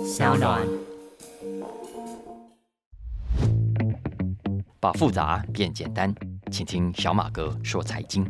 小暖， 把复杂变简单，请听小马哥说财经。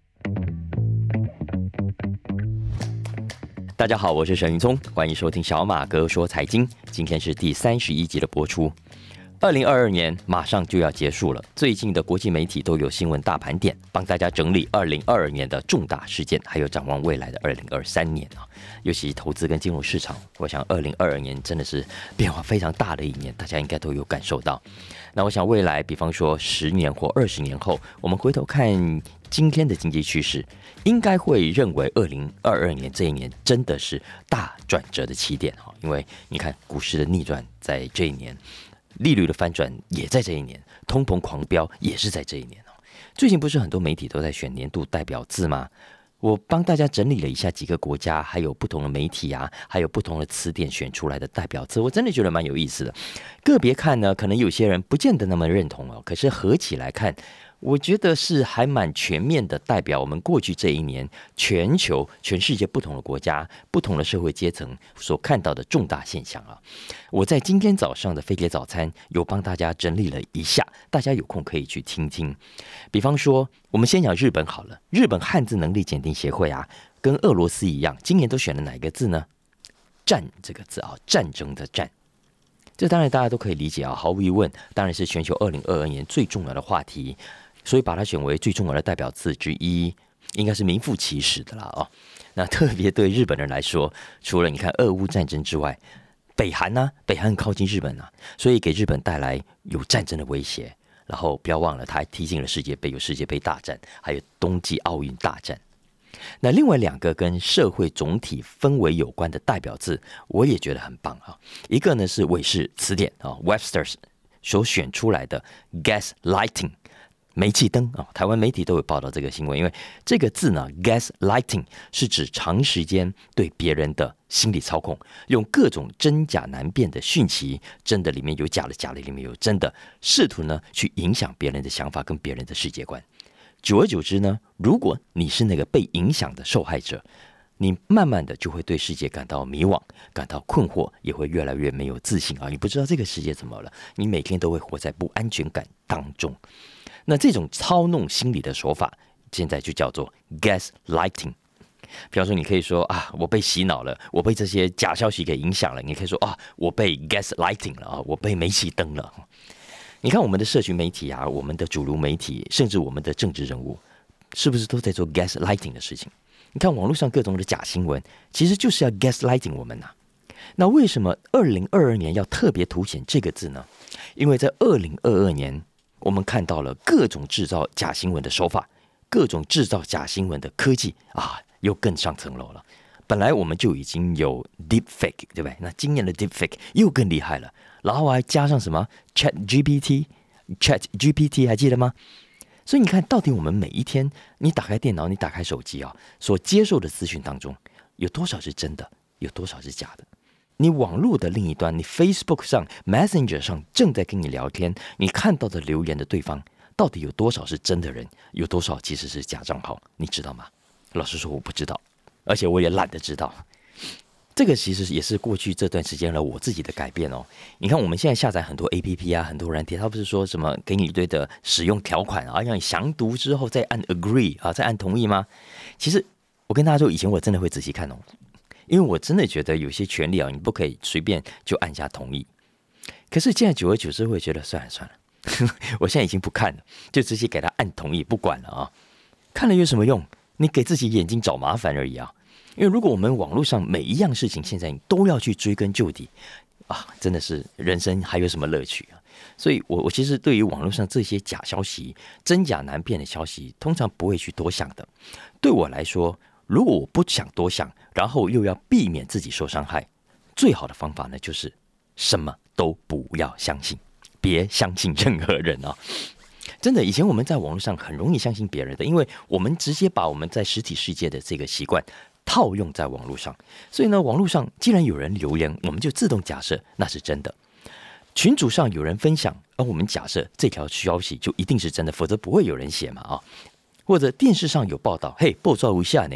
大家好，我是沈云聪，欢迎收听小马哥说财经。今天是第31集的播出。2022年马上就要结束了，最近的国际媒体都有新闻大盘点，帮大家整理2022年的重大事件，还有展望未来的2023年啊。尤其投资跟金融市场，我想2022年真的是变化非常大的一年，大家应该都有感受到。那我想未来，比方说10年或20年后，我们回头看今天的经济趋势，应该会认为2022年这一年真的是大转折的起点，因为你看股市的逆转在这一年，利率的翻转也在这一年，通膨狂飙也是在这一年。最近不是很多媒体都在选年度代表字吗？我帮大家整理了一下几个国家，还有不同的媒体啊，还有不同的词典选出来的代表字，我真的觉得蛮有意思的。个别看呢，可能有些人不见得那么认同哦，可是合起来看，我觉得是还蛮全面的，代表我们过去这一年全世界不同的国家、不同的社会阶层所看到的重大现象啊。我在今天早上的飞碟早餐有帮大家整理了一下，大家有空可以去听听。比方说，我们先讲日本好了，日本汉字能力检定协会啊，跟俄罗斯一样，今年都选了哪个字呢？战这个字啊，战争的战。这当然大家都可以理解啊，毫无疑问，当然是全球2022年最重要的话题。所以把它选为最重要的代表字之一，应该是名副其实的啦哦。那特别对日本人来说，除了你看俄乌战争之外，北韩很靠近日本啊，所以给日本带来有战争的威胁。然后不要忘了，他还踢进了世界杯，有世界杯大战，还有冬季奥运大战。那另外两个跟社会总体氛围有关的代表字，我也觉得很棒啊。一个呢是韦氏词典啊 Webster's 所选出来的 gaslighting。煤气灯啊，台湾媒体都有报道这个新闻，因为这个字呢 ，gaslighting 是指长时间对别人的心理操控，用各种真假难辨的讯息，真的里面有假的，假的里面有真的，试图呢去影响别人的想法跟别人的世界观。久而久之呢，如果你是那个被影响的受害者，你慢慢的就会对世界感到迷惘，感到困惑，也会越来越没有自信啊！你不知道这个世界怎么了，你每天都会活在不安全感当中。那这种操弄心理的手法，现在就叫做 gaslighting。比方说，你可以说啊，我被洗脑了，我被这些假消息给影响了。你可以说啊，我被 gaslighting 了啊，我被煤气灯了。你看我们的社群媒体啊，我们的主流媒体，甚至我们的政治人物，是不是都在做 gaslighting 的事情？你看网络上各种的假新闻，其实就是要 gaslighting 我们啊。那为什么2022年要特别凸显这个字呢？因为在2022年。我们看到了各种制造假新闻的手法，各种制造假新闻的科技啊，又更上层楼了。本来我们就已经有 deepfake， 对不对？那今年的 deepfake 又更厉害了，然后还加上什么 ChatGPT 还记得吗？所以你看到底我们每一天，你打开电脑，你打开手机啊，所接受的资讯当中，有多少是真的，有多少是假的？你网络的另一端，你 Facebook 上 Messenger 上正在跟你聊天，你看到的留言的对方，到底有多少是真的人，有多少其实是假账号，你知道吗？老实说我不知道，而且我也懒得知道。这个其实也是过去这段时间了我自己的改变哦。你看我们现在下载很多 APP 啊，很多软体，它不是说什么给你一堆的使用条款啊，让你详读之后再按 agree 啊，再按同意吗？其实我跟大家说，以前我真的会仔细看哦。因为我真的觉得有些权利啊，你不可以随便就按下同意。可是现在久而久之会觉得算了，我现在已经不看了，就直接给他按同意，不管了啊。看了有什么用？你给自己眼睛找麻烦而已啊。因为如果我们网络上每一样事情现在都要去追根究底啊，真的是人生还有什么乐趣啊？所以我其实对于网络上这些假消息、真假难辨的消息，通常不会去多想的。对我来说，如果我不想多想，然后又要避免自己受伤害，最好的方法呢，就是什么都不要相信，别相信任何人啊！真的，以前我们在网络上很容易相信别人的，因为我们直接把我们在实体世界的这个习惯套用在网络上，所以呢，网络上既然有人留言，我们就自动假设那是真的。群组上有人分享，而我们假设这条消息就一定是真的，否则不会有人写嘛啊！或者电视上有报道，嘿，报道一下呢。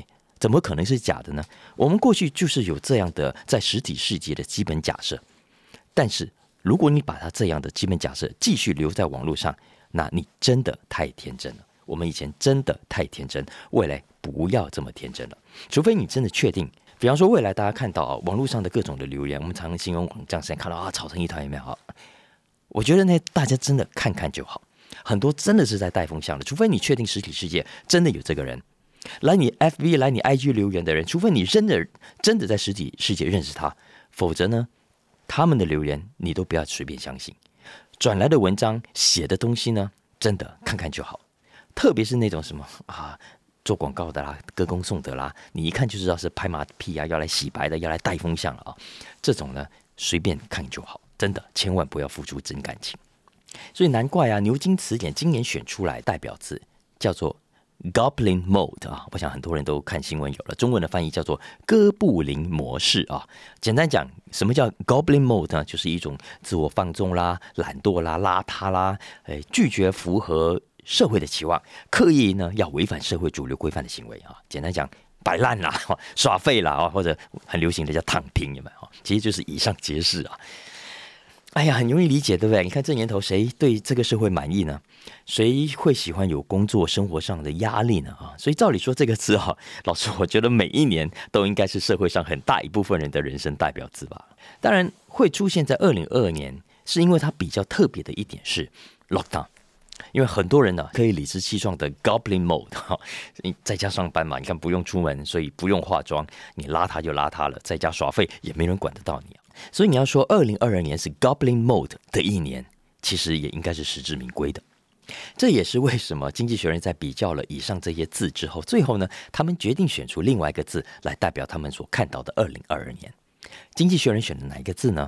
怎么可能是假的呢？我们过去就是有这样的在实体世界的基本假设，但是如果你把它这样的基本假设继续留在网络上，那你真的太天真了。我们以前真的太天真，未来不要这么天真了。除非你真的确定，比方说未来大家看到网络上的各种的留言，我们常新闻网站上看到吵成一团，有没有？我觉得呢，大家真的看看就好。很多真的是在带风向的，除非你确定实体世界真的有这个人来你 FB 来你 IG 留言的人，除非你真的在实体世界认识他，否则呢，他们的留言你都不要随便相信。转来的文章写的东西呢，真的看看就好。特别是那种什么做广告的啦、歌功颂德啦，你一看就知道是拍马屁啊，要来洗白的，要来带风向了啊。这种呢，随便看就好，真的千万不要付出真感情。所以难怪啊，牛津词典今年选出来代表字叫做 Goblin Mode 啊，我想很多人都看新闻有了，中文的翻译叫做哥布林模式啊。简单讲，什么叫 Goblin Mode 呢？就是一种自我放纵啦、懒惰啦、邋遢啦，拒绝符合社会的期望，刻意呢要违反社会主流规范的行为啊。简单讲，摆烂啦、耍废啦，或者很流行的叫躺平，有没有？其实就是以上皆是啊。哎呀，很容易理解，对不对？你看这年头，谁对这个社会满意呢？谁会喜欢有工作生活上的压力呢？所以照理说这个字老师我觉得每一年都应该是社会上很大一部分人的人生代表字吧。当然会出现在2022年，是因为它比较特别的一点是 lockdown。因为很多人呢可以理直气壮的 Goblin Mode， 你在家上班嘛，你看不用出门，所以不用化妆，你邋遢就邋遢了，在家耍废也没人管得到你。所以你要说2022年是 Goblin Mode 的一年，其实也应该是实至名归的。这也是为什么经济学人在比较了以上这些字之后，最后呢，他们决定选出另外一个字来代表他们所看到的2022年。经济学人选的哪一个字呢？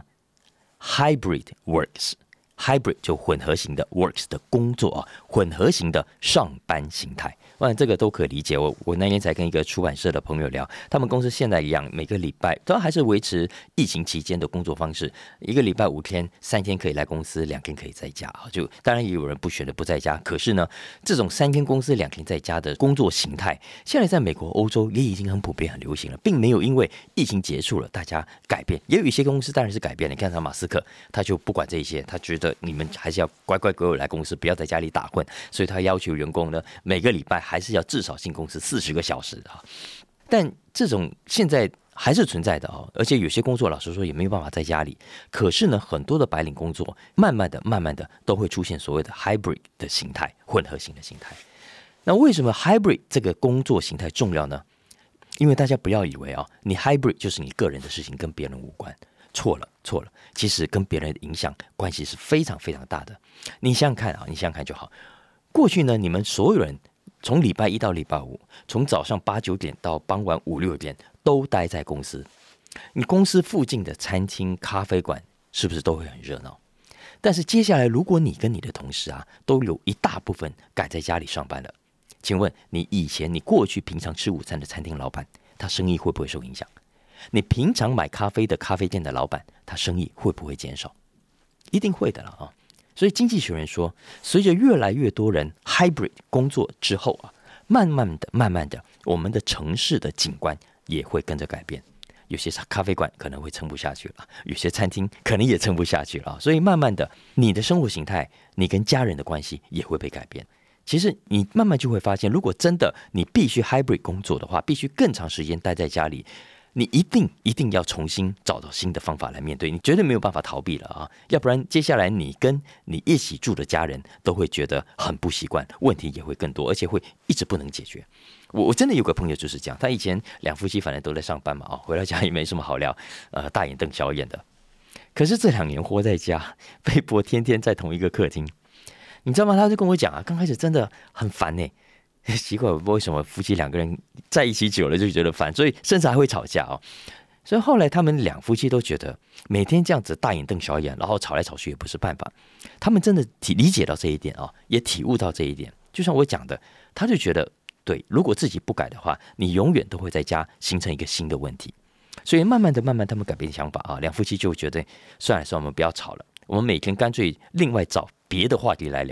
Hybrid Works。Hybrid 就混合型的 works 的工作混合型的上班形态。这个都可以理解。我那天才跟一个出版社的朋友聊，他们公司现在一样，每个礼拜都还是维持疫情期间的工作方式，一个礼拜5天，3天可以来公司，2天可以在家。就当然也有人不选择不在家，可是呢，这种3天公司2天在家的工作形态，现在在美国、欧洲也已经很普遍、很流行了，并没有因为疫情结束了大家改变。也有一些公司当然是改变了，你看马斯克他就不管这些，他觉得你们还是要乖乖给我来公司，不要在家里打混，所以他要求员工呢每个礼拜还是要至少进公司40个小时的。但这种现在还是存在的而且有些工作老实说也没有办法在家里。可是呢，很多的白领工作慢慢的都会出现所谓的 hybrid 的形态，混合型的形态。那为什么 hybrid 这个工作形态重要呢？因为大家不要以为你 hybrid 就是你个人的事情，跟别人无关。错了，其实跟别人的影响关系是非常非常大的。你想想看就好。过去呢，你们所有人从礼拜1到礼拜5，从早上8、9点到傍晚5、6点都待在公司。你公司附近的餐厅、咖啡馆是不是都会很热闹？但是接下来，如果你跟你的同事都有一大部分改在家里上班了，请问你过去平常吃午餐的餐厅老板，他生意会不会受影响？你平常买咖啡的咖啡店的老板，他生意会不会减少？一定会的了所以经济学人说，随着越来越多人 hybrid 工作之后慢慢的，我们的城市的景观也会跟着改变。有些咖啡馆可能会撑不下去了，有些餐厅可能也撑不下去了。所以慢慢的，你的生活形态，你跟家人的关系也会被改变。其实你慢慢就会发现，如果真的你必须 hybrid 工作的话，必须更长时间待在家里，你一定要重新找到新的方法来面对，你绝对没有办法逃避了要不然接下来你跟你一起住的家人都会觉得很不习惯，问题也会更多，而且会一直不能解决。我真的有个朋友就是这样，他以前2夫妻反正都在上班嘛回到家也没什么好聊，大眼瞪小眼的。可是这2年活在家，被迫天天在同一个客厅，你知道吗？他就跟我讲刚开始真的很烦奇怪，为什么夫妻2个人在一起久了就觉得烦，所以甚至还会吵架所以后来他们2夫妻都觉得，每天这样子大眼瞪小眼，然后吵来吵去也不是办法。他们真的理解到这一点也体悟到这一点。就像我讲的，他就觉得，对，如果自己不改的话，你永远都会在家形成一个新的问题。所以慢慢，他们改变想法2夫妻就觉得，算了，我们不要吵了，我们每天干脆另外找别的话题来聊。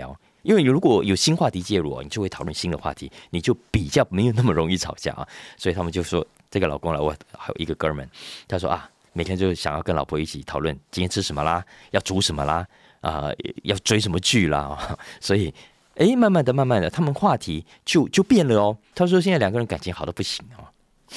因为如果有新话题介入，你就会讨论新的话题，你就比较没有那么容易吵架啊。所以他们就说，这个老公了，我还有一个哥们，他说啊，每天就想要跟老婆一起讨论今天吃什么啦，要煮什么啦，要追什么剧啦，所以慢慢的，他们话题就变了哦。他说现在两个人感情好到不行哦。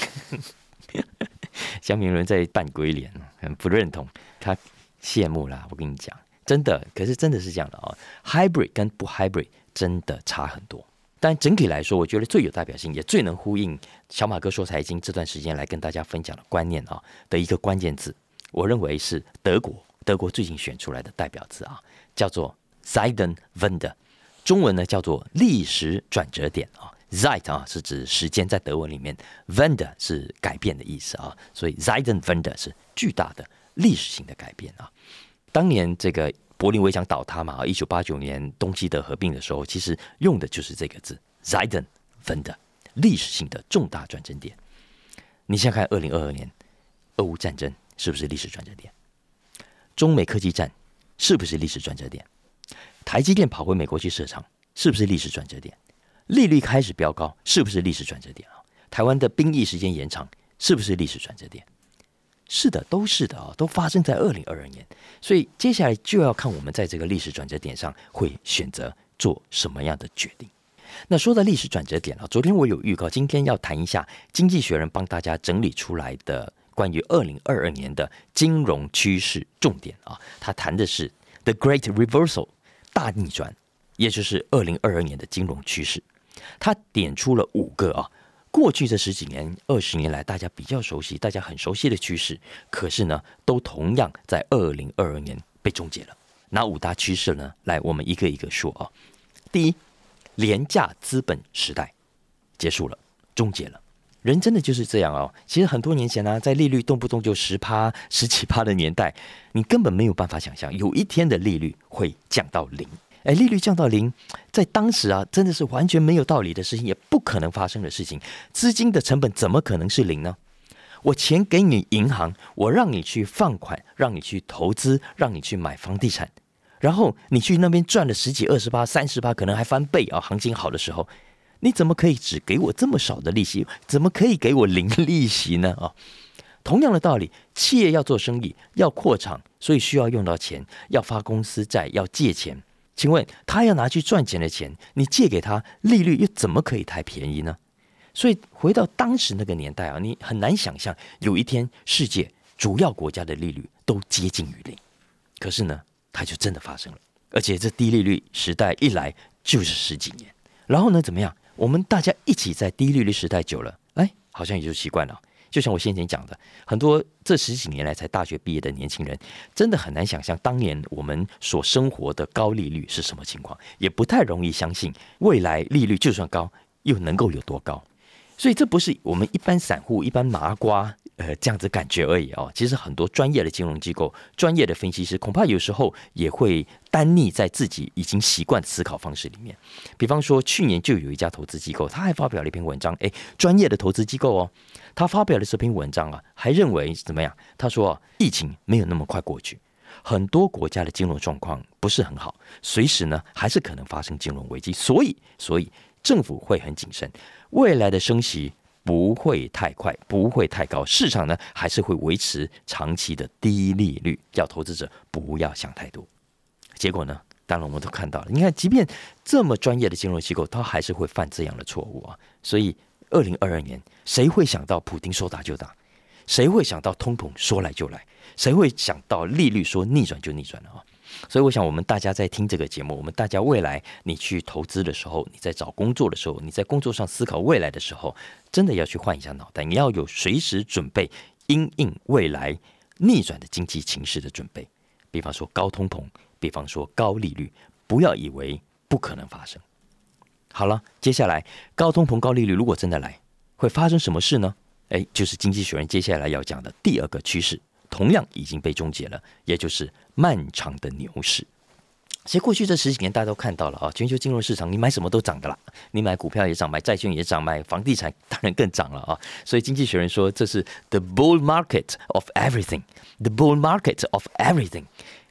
江明伦在扮鬼脸，很不认同，他羡慕啦。我跟你讲，真的，可是真的是这样的哦。Hybrid 跟不 Hybrid 真的差很多。但整体来说，我觉得最有代表性，也最能呼应小马哥说财经这段时间来跟大家分享的观念啊的一个关键字，我认为是德国最近选出来的代表字啊，叫做 Zeitenwende， 中文呢叫做历史转折点啊。Zeit 啊是指时间，在德文里面 Wende 是改变的意思啊，所以 Zeitenwende 是巨大的历史性的改变啊。当年这个柏林围墙倒塌嘛，1989年东西德合并的时候，其实用的就是这个字 Zeitenwende， 历史性的重大转折点。你想想看，2022年俄乌战争是不是历史转折点？中美科技战是不是历史转折点？台积电跑回美国去设厂，是不是历史转折点？利率开始飙高，是不是历史转折点啊？台湾的兵役时间延长，是不是历史转折点？是的，都是的啊，都发生在2022年。所以接下来就要看我们在这个历史转折点上会选择做什么样的决定。那说到历史转折点啊，昨天我有预告，今天要谈一下《经济学人》帮大家整理出来的关于2022年的金融趋势重点啊。他谈的是 The Great Reversal 大逆转，也就是2022年的金融趋势。他点出了5个啊，过去这10几年、20年来大家比较熟悉、大家很熟悉的趋势，可是呢，都同样在2022年被终结了。哪5大趋势呢？来，我们一个一个说啊。第一，廉价资本时代结束了，终结了。人真的就是这样哦。其实很多年前呢，在利率动不动就10%、10几%的年代，你根本没有办法想象有一天的利率会降到0。利率降到0，在当时啊，真的是完全没有道理的事情，也不可能发生的事情。资金的成本怎么可能是0呢？我钱给你银行，我让你去放款，让你去投资，让你去买房地产，然后你去那边赚了10几、20%、30%，可能还翻倍啊！行情好的时候，你怎么可以只给我这么少的利息？怎么可以给我0利息呢？同样的道理，企业要做生意，要扩厂，所以需要用到钱，要发公司债，要借钱。请问他要拿去赚钱的钱，你借给他，利率又怎么可以太便宜呢？所以回到当时那个年代啊，你很难想象有一天世界主要国家的利率都接近于0。可是呢，它就真的发生了，而且这低利率时代一来就是10几年。然后呢，怎么样？我们大家一起在低利率时代久了，好像也就习惯了。就像我先前讲的，很多这10几年来才大学毕业的年轻人，真的很难想象当年我们所生活的高利率是什么情况，也不太容易相信未来利率就算高，又能够有多高。所以这不是我们一般散户、一般麻瓜这样子感觉而已哦。其实很多专业的金融机构、专业的分析师，恐怕有时候也会单溺在自己已经习惯思考方式里面。比方说，去年就有一家投资机构，他还发表了一篇文章，专业的投资机构哦，他发表了这篇文章啊，还认为怎么样？他说疫情没有那么快过去，很多国家的金融状况不是很好，随时呢还是可能发生金融危机，所以政府会很谨慎，未来的升息不会太快，不会太高，市场呢还是会维持长期的低利率，叫投资者不要想太多。结果呢，当然我们都看到了，你看，即便这么专业的金融机构，它还是会犯这样的错误啊。所以2022年，谁会想到普丁说打就打？谁会想到通膨说来就来？谁会想到利率说逆转就逆转了啊？所以我想我们大家在听这个节目，我们大家未来你去投资的时候，你在找工作的时候，你在工作上思考未来的时候，真的要去换一下脑袋，你要有随时准备因应未来逆转的经济情势的准备。比方说高通膨，比方说高利率，不要以为不可能发生。好了，接下来高通膨、高利率如果真的来，会发生什么事呢？就是经济学人接下来要讲的第2个趋势，同样已经被终结了，也就是漫长的牛市。其实过去这10几年大家都看到了啊，全球金融市场你买什么都涨的啦，你买股票也涨，买债券也涨，买房地产当然更涨了啊。所以经济学人说这是 the bull market of everything， the bull market of everything，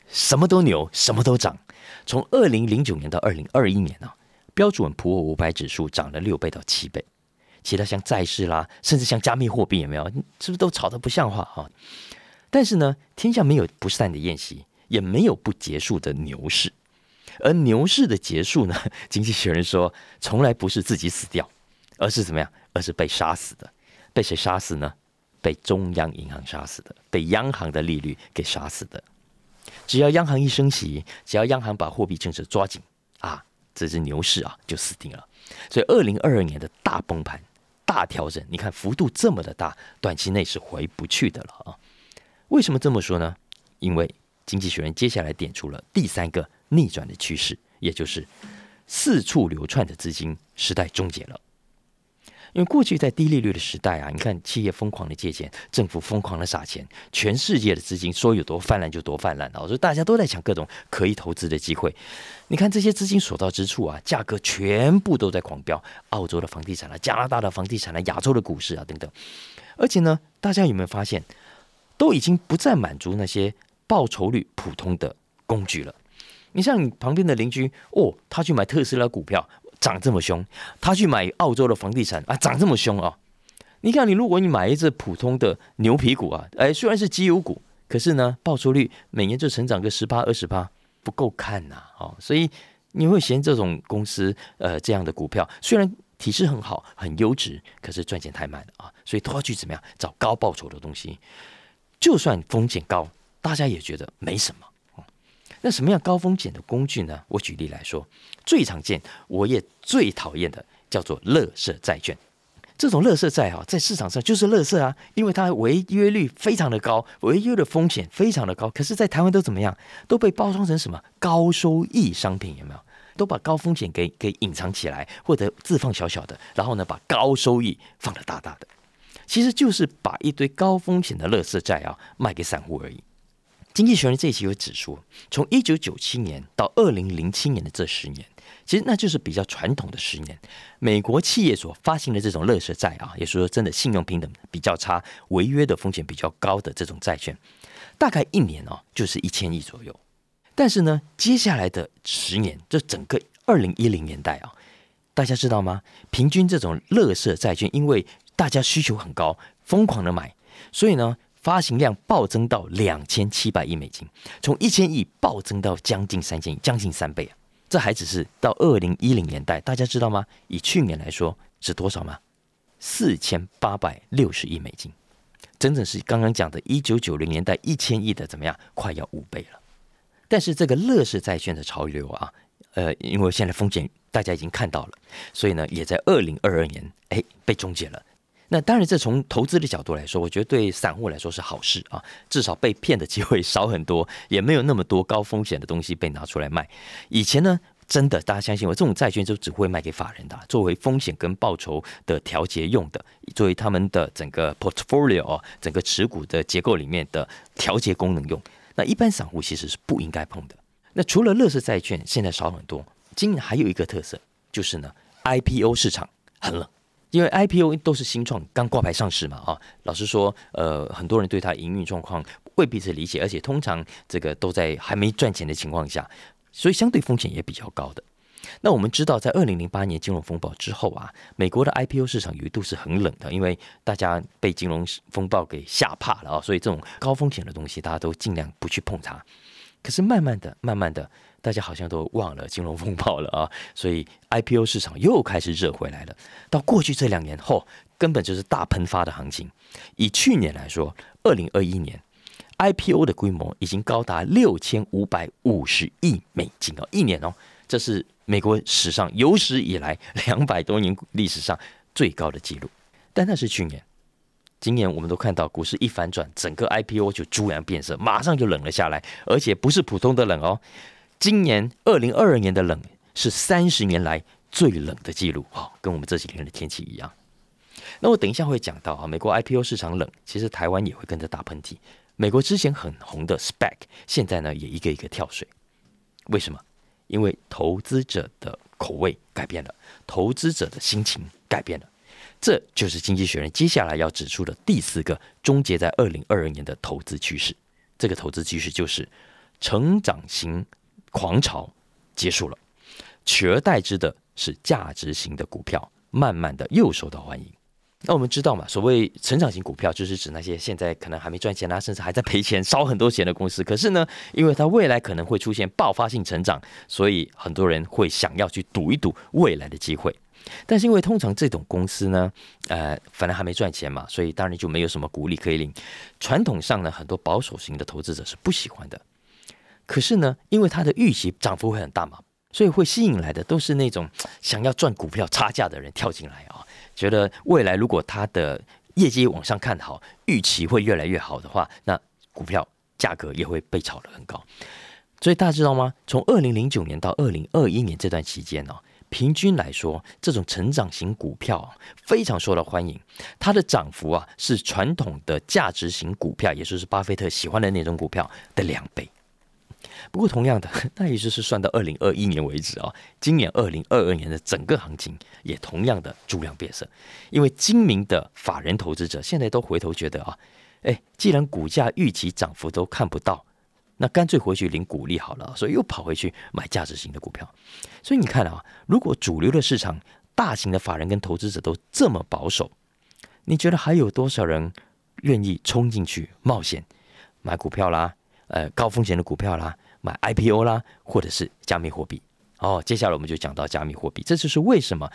什么都牛，什么都涨。从2009年到2021年啊，标准普尔500指数涨了6倍到7倍。其他像债市啦，甚至像加密货币，有没有？是不是都炒得不像话啊？但是呢，天下没有不散的宴席，也没有不结束的牛市。而牛市的结束呢，经济学人说，从来不是自己死掉，而是怎么样？而是被杀死的。被谁杀死呢？被中央银行杀死的，被央行的利率给杀死的。只要央行一升息，只要央行把货币政策抓紧啊，这只牛市啊就死定了。所以2022年的大崩盘、大调整，你看幅度这么的大，短期内是回不去的了啊。为什么这么说呢？因为经济学人接下来点出了第3个逆转的趋势，也就是四处流窜的资金时代终结了。因为过去在低利率的时代啊，你看企业疯狂的借钱，政府疯狂的撒钱，全世界的资金说有多泛滥就多泛滥啊，所以大家都在抢各种可以投资的机会。你看这些资金所到之处啊，价格全部都在狂飙，澳洲的房地产啊，加拿大的房地产啊，亚洲的股市啊等等。而且呢，大家有没有发现，都已经不再满足那些报酬率普通的工具了。你像你旁边的邻居哦，他去买特斯拉股票涨这么凶，他去买澳洲的房地产啊涨这么凶啊。你看，如果你买一只普通的牛皮股啊，虽然是绩优股，可是呢，报酬率每年就成长个18-20%，不够看呐所以你会嫌这种公司这样的股票虽然体质很好很优质，可是赚钱太慢了啊，所以都要去怎么样找高报酬的东西，就算风险高，大家也觉得没什么。那什么样高风险的工具呢？我举例来说，最常见我也最讨厌的叫做垃圾债券。这种垃圾债在市场上就是垃圾啊，因为它违约率非常的高，违约的风险非常的高。可是，在台湾都怎么样？都被包装成什么高收益商品，有没有？都把高风险给隐藏起来，或者字放小小的，然后呢，把高收益放得大大的。其实就是把一堆高风险的垃圾债卖给散户而已。经济学人这一期有指出，从1997年到2007年的这10年，其实那就是比较传统的10年，美国企业所发行的这种垃圾债也就是说真的信用平等比较差、违约的风险比较高的这种债券，大概一年就是1000亿左右。但是呢，接下来的10年，这整个2010年代大家知道吗？平均这种垃圾债券，因为大家需求很高，疯狂的买，所以呢，发行量暴增到2700亿美金，从1000亿暴增到将近3000亿，将近3倍啊！这还只是到2010年代，大家知道吗？以去年来说是多少吗？4860亿美金，整整是刚刚讲的1990年代1000亿的怎么样？快要5倍了。但是这个垃圾债券的潮流因为现在风险大家已经看到了，所以呢，也在2022年被终结了。那当然，这从投资的角度来说，我觉得对散户来说是好事啊，至少被骗的机会少很多，也没有那么多高风险的东西被拿出来卖。以前呢，真的大家相信我，这种债券就只会卖给法人的，作为风险跟报酬的调节用的，作为他们的整个 portfolio 整个持股的结构里面的调节功能用。那一般散户其实是不应该碰的。那除了垃圾债券现在少很多，今年还有一个特色，就是呢 IPO 市场很冷。因为 IPO 都是新创，刚挂牌上市嘛老实说，很多人对它营运状况未必是理解，而且通常这个都在还没赚钱的情况下，所以相对风险也比较高的。那我们知道，在2008年金融风暴之后美国的 IPO 市场有一度是很冷的，因为大家被金融风暴给吓怕了所以这种高风险的东西，大家都尽量不去碰它。可是慢慢的，大家好像都忘了金融风暴了所以 IPO 市场又开始热回来了。到过去这2年后，根本就是大喷发的行情。以去年来说，2021年 IPO 的规模已经高达6550亿美金一年这是美国史上有史以来200多年历史上最高的纪录。但那是去年。今年我们都看到股市一反转，整个 IPO 就猪羊变色，马上就冷了下来，而且不是普通的冷今年2022年的冷是30年来最冷的记录跟我们这几年的天气一样。那我等一下会讲到美国 IPO 市场冷，其实台湾也会跟着打喷嚏。美国之前很红的 SPAC 现在呢也一个一个跳水，为什么？因为投资者的口味改变了，投资者的心情改变了。这就是经济学人接下来要指出的第4个终结在2022年的投资趋势。这个投资趋势就是成长型狂潮结束了，取而代之的是价值型的股票，慢慢的又受到欢迎。那我们知道嘛，所谓成长型股票，就是指那些现在可能还没赚钱甚至还在赔钱、烧很多钱的公司。可是呢，因为它未来可能会出现爆发性成长，所以很多人会想要去赌一赌未来的机会。但是因为通常这种公司呢，反正还没赚钱嘛，所以当然就没有什么股利可以领。传统上呢，很多保守型的投资者是不喜欢的。可是呢，因为它的预期涨幅会很大嘛，所以会吸引来的都是那种想要赚股票差价的人跳进来啊，觉得未来如果它的业绩往上看好，预期会越来越好的话，那股票价格也会被炒得很高。所以大家知道吗？从2009年到2021年这段期间呢，平均来说，这种成长型股票非常受到欢迎，它的涨幅是传统的价值型股票，也就是巴菲特喜欢的那种股票的2倍。不过同样的，那也就是算到2021年为止今年2022年的整个行情也同样的猪量变色，因为精明的法人投资者现在都回头觉得既然股价预期涨幅都看不到，那干脆回去领股利好了，所以又跑回去买价值型的股票。所以你看如果主流的市场大型的法人跟投资者都这么保守，你觉得还有多少人愿意冲进去冒险买股票啦，高风险的股票啦，买 IPO 啦，或者是加密货币？接下来我们就讲到加密货币，这就是为什么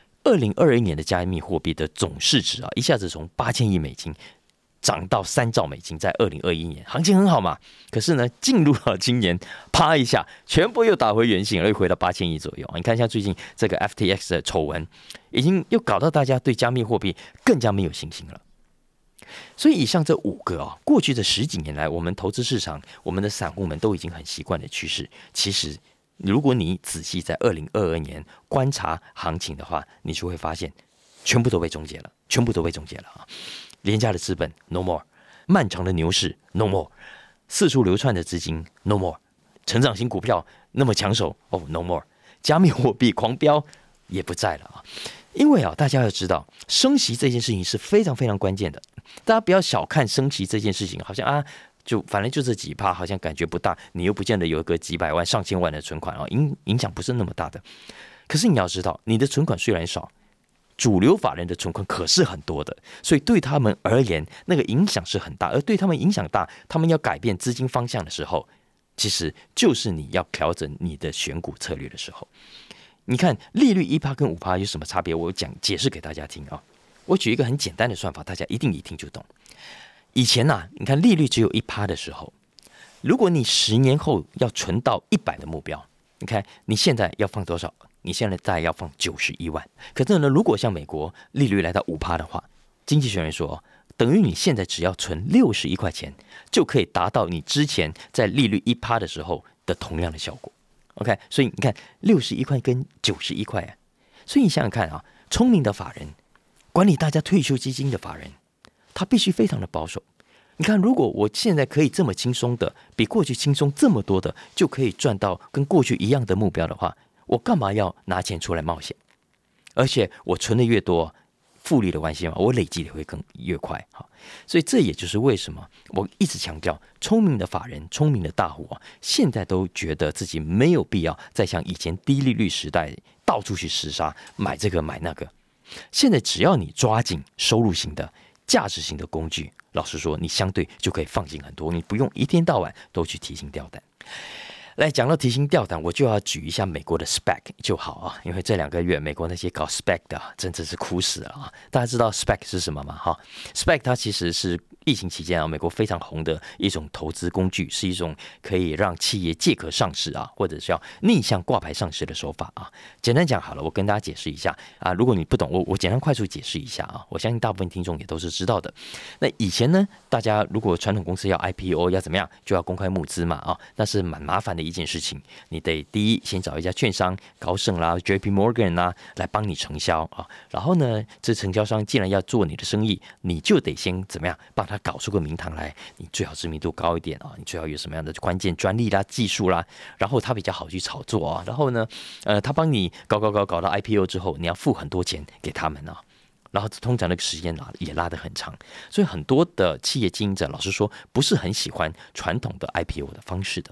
2021年的加密货币的总市值一下子从8000亿美金涨到3兆美金，在2021年行情很好嘛，可是呢，进入了今年，啪一下，全部又打回原形了，又回到8000亿左右。你看，像最近这个 FTX 的丑闻，已经又搞到大家对加密货币更加没有信心了。所以以上这5个过去的10几年来，我们投资市场，我们的散户们都已经很习惯的趋势，其实如果你仔细在2022年观察行情的话，你就会发现，全部都被终结了，全部都被终结了廉价的资本 no more， 漫长的牛市 no more， 四处流窜的资金 no more， 成长型股票那么抢手no more， 加密货币狂飙也不在了因为大家要知道，升息这件事情是非常非常关键的。大家不要小看升息这件事情，好像就反正就这几%，好像感觉不大，你又不见得有一个几百万、上千万的存款影响不是那么大的。可是你要知道，你的存款虽然少，主流法人的存款可是很多的，所以对他们而言，那个影响是很大。而对他们影响大，他们要改变资金方向的时候，其实就是你要调整你的选股策略的时候。你看利率1%跟5%有什么差别？我解释给大家听我举一个很简单的算法，大家一定一听就懂。以前你看利率只有1%的时候，如果你10年后要存到100的目标，你看你现在要放多少？你现在大概要放91万。可是呢，如果像美国利率来到5%的话，经济学人说等于你现在只要存61块钱，就可以达到你之前在利率1%的时候的同样的效果。OK， 所以你看61块跟91块所以你想想看聪明的法人，管理大家退休基金的法人，他必须非常的保守。你看，如果我现在可以这么轻松的，比过去轻松这么多的，就可以赚到跟过去一样的目标的话，我干嘛要拿钱出来冒险？而且我存的越多，复利的关系嘛，我累积的会越快所以这也就是为什么我一直强调，聪明的法人、聪明的大户现在都觉得自己没有必要再像以前低利率时代到处去厮杀，买这个买那个。现在只要你抓紧收入型的、价值型的工具，老实说，你相对就可以放心很多，你不用一天到晚都去提心吊胆。来讲到提心吊胆，我就要举一下美国的 SPAC 就好因为这2个月美国那些搞 SPAC 的真的是哭死了大家知道 SPAC 是什么吗？SPAC 它其实是疫情期间美国非常红的一种投资工具，是一种可以让企业借壳上市或者是要逆向挂牌上市的手法简单讲好了，我跟大家解释一下如果你不懂，我简单快速解释一下我相信大部分听众也都是知道的。那以前呢，大家如果传统公司要 IPO 要怎么样，就要公开募资嘛那是蛮麻烦的一件事情。你得第一先找一家券商，高盛啦、JP Morgan 啦来帮你承销然后呢，这承销商既然要做你的生意，你就得先怎么样帮他搞出个名堂来，你最好知名度高一点你最好有什么样的关键专利啦、技术啦，然后他比较好去炒作然后呢，他帮你搞到 IPO 之后，你要付很多钱给他们然后通常那个时间也拉得很长，所以很多的企业经营者老实说不是很喜欢传统的 IPO 的方式的。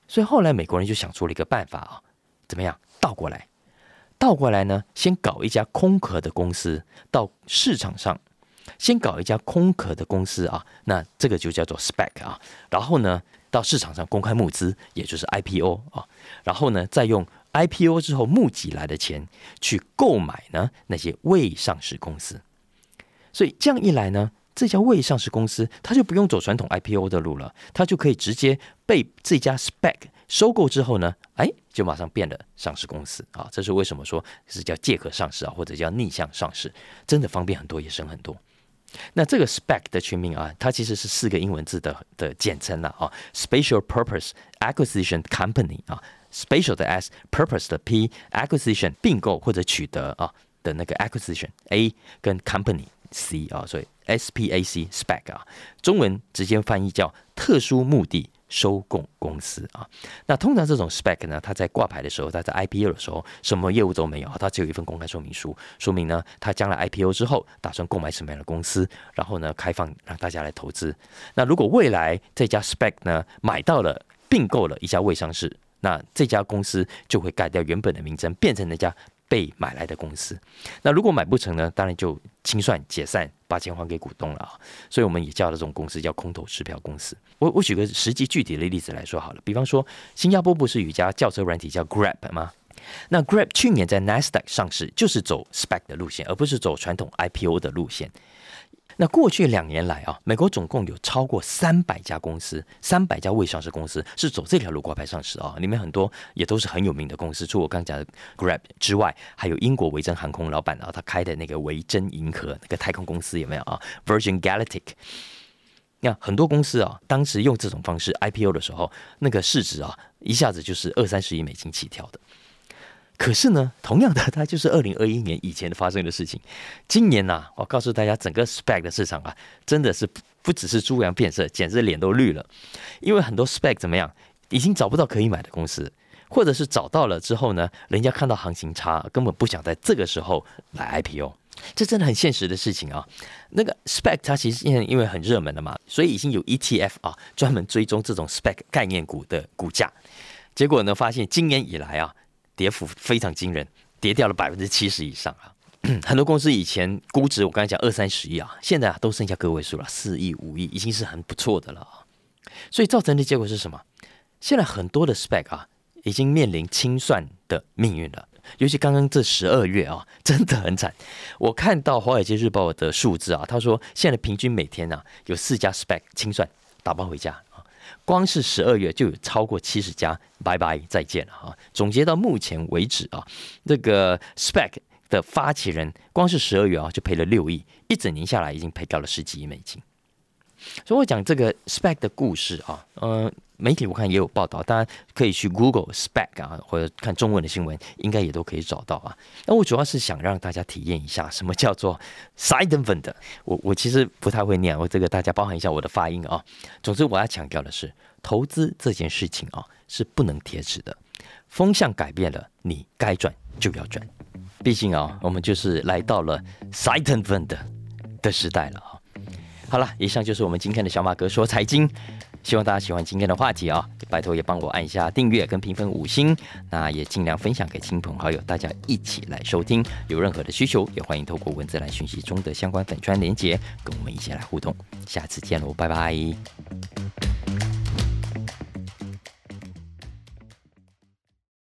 所以后来美国人就想出了一个办法啊，怎么样？倒过来呢，先搞一家空壳的公司到市场上，先搞一家空壳的公司啊，那这个就叫做 SPAC 啊，然后呢，到市场上公开募资，也就是 IPO 啊，然后呢，再用 IPO 之后募集来的钱去购买呢那些未上市公司，所以这样一来呢，这家未上市公司它就不用走传统 IPO 的路了，它就可以直接被这家 SPAC 收购之后呢，就马上变了上市公司啊！这是为什么说是叫借壳上市啊，或者叫逆向上市，真的方便很多，也省很多。那这个 SPAC 的全名啊，它其实是4个英文字的简称啊 ，Special Purpose Acquisition Company 啊 ，Special 的 S，Purpose 的 P， Acquisition 并购或者取得啊的那个 Acquisition A 跟 Company C 啊，所以 SPAC SPAC 啊，中文直接翻译叫特殊目的收购公司啊。那通常这种 SPAC 呢，它在挂牌的时候，它在 IPO 的时候，什么业务都没有，它只有一份公开说明书，说明呢，它将来 IPO 之后打算购买什么样的公司，然后呢，开放让大家来投资。那如果未来这家 SPAC 呢买到了并购了一家未上市，那这家公司就会改掉原本的名称，变成那家被买来的公司。那如果买不成呢，当然就清算解散，把钱还给股东了啊。所以我们也叫这种公司叫空头支票公司。我举个实际具体的例子来说好了，比方说新加坡不是有一家轿车软体叫 Grab 吗？那 Grab 去年在 Nasdaq 上市，就是走 SPAC 的路线，而不是走传统 IPO 的路线。那过去2年来啊，美国总共有超过300家公司，300家未上市公司是走这条路挂牌上市啊，里面很多也都是很有名的公司，除了我刚讲的 Grab 之外，还有英国维珍航空老板啊，他开的那个维珍银河那个太空公司有没有啊 ？Virgin Galactic。那很多公司啊，当时用这种方式 IPO 的时候，那个市值啊，一下子就是20-30亿美金起跳的。可是呢，同样的，它就是2021年以前发生的事情。今年啊，我告诉大家，整个 SPAC 的市场啊，真的是不只是猪羊变色，简直脸都绿了。因为很多 SPAC 怎么样，已经找不到可以买的公司，或者是找到了之后呢，人家看到行情差，根本不想在这个时候来 IPO。这真的很现实的事情啊！那个 SPAC 它其实因为很热门了嘛，所以已经有 ETF 啊专门追踪这种 SPAC 概念股的股价。结果呢，发现今年以来啊，跌幅非常惊人，跌掉了70%以上啊！很多公司以前估值我刚才讲20-30亿啊，现在啊都剩下个位数了，4亿、5亿，已经是很不错的了啊。所以造成的结果是什么？现在很多的 SPAC 啊，已经面临清算的命运了。尤其刚刚这12月啊，真的很惨。我看到《华尔街日报》的数字啊，他说现在平均每天啊有4家 SPAC 清算打包回家啊，光是12月就有超过70家拜拜再见了啊。总结到目前为止啊，这个 SPAC 的发起人光是12月啊就赔了6亿，一整年下来已经赔掉了10几亿美金。所以我讲这个 SPAC 的故事啊，媒体我看也有报道，大家可以去 Google SPAC 啊，或者看中文的新闻，应该也都可以找到啊。那我主要是想让大家体验一下什么叫做 Seitenwende。我其实不太会念，我这个大家包含一下我的发音啊。总之我要强调的是，投资这件事情啊是不能铁齿的，风向改变了，你该转就要转。毕竟啊，我们就是来到了 Seitenwende 的时代了啊。好了，以上就是我们今天的小马哥说财经，希望大家喜欢今天的话题啊！拜托也帮我按一下订阅跟评分5星，那也尽量分享给亲朋好友，大家一起来收听。有任何的需求，也欢迎透过文字来讯息中的相关粉专连结，跟我们一起来互动。下次见喽，拜拜。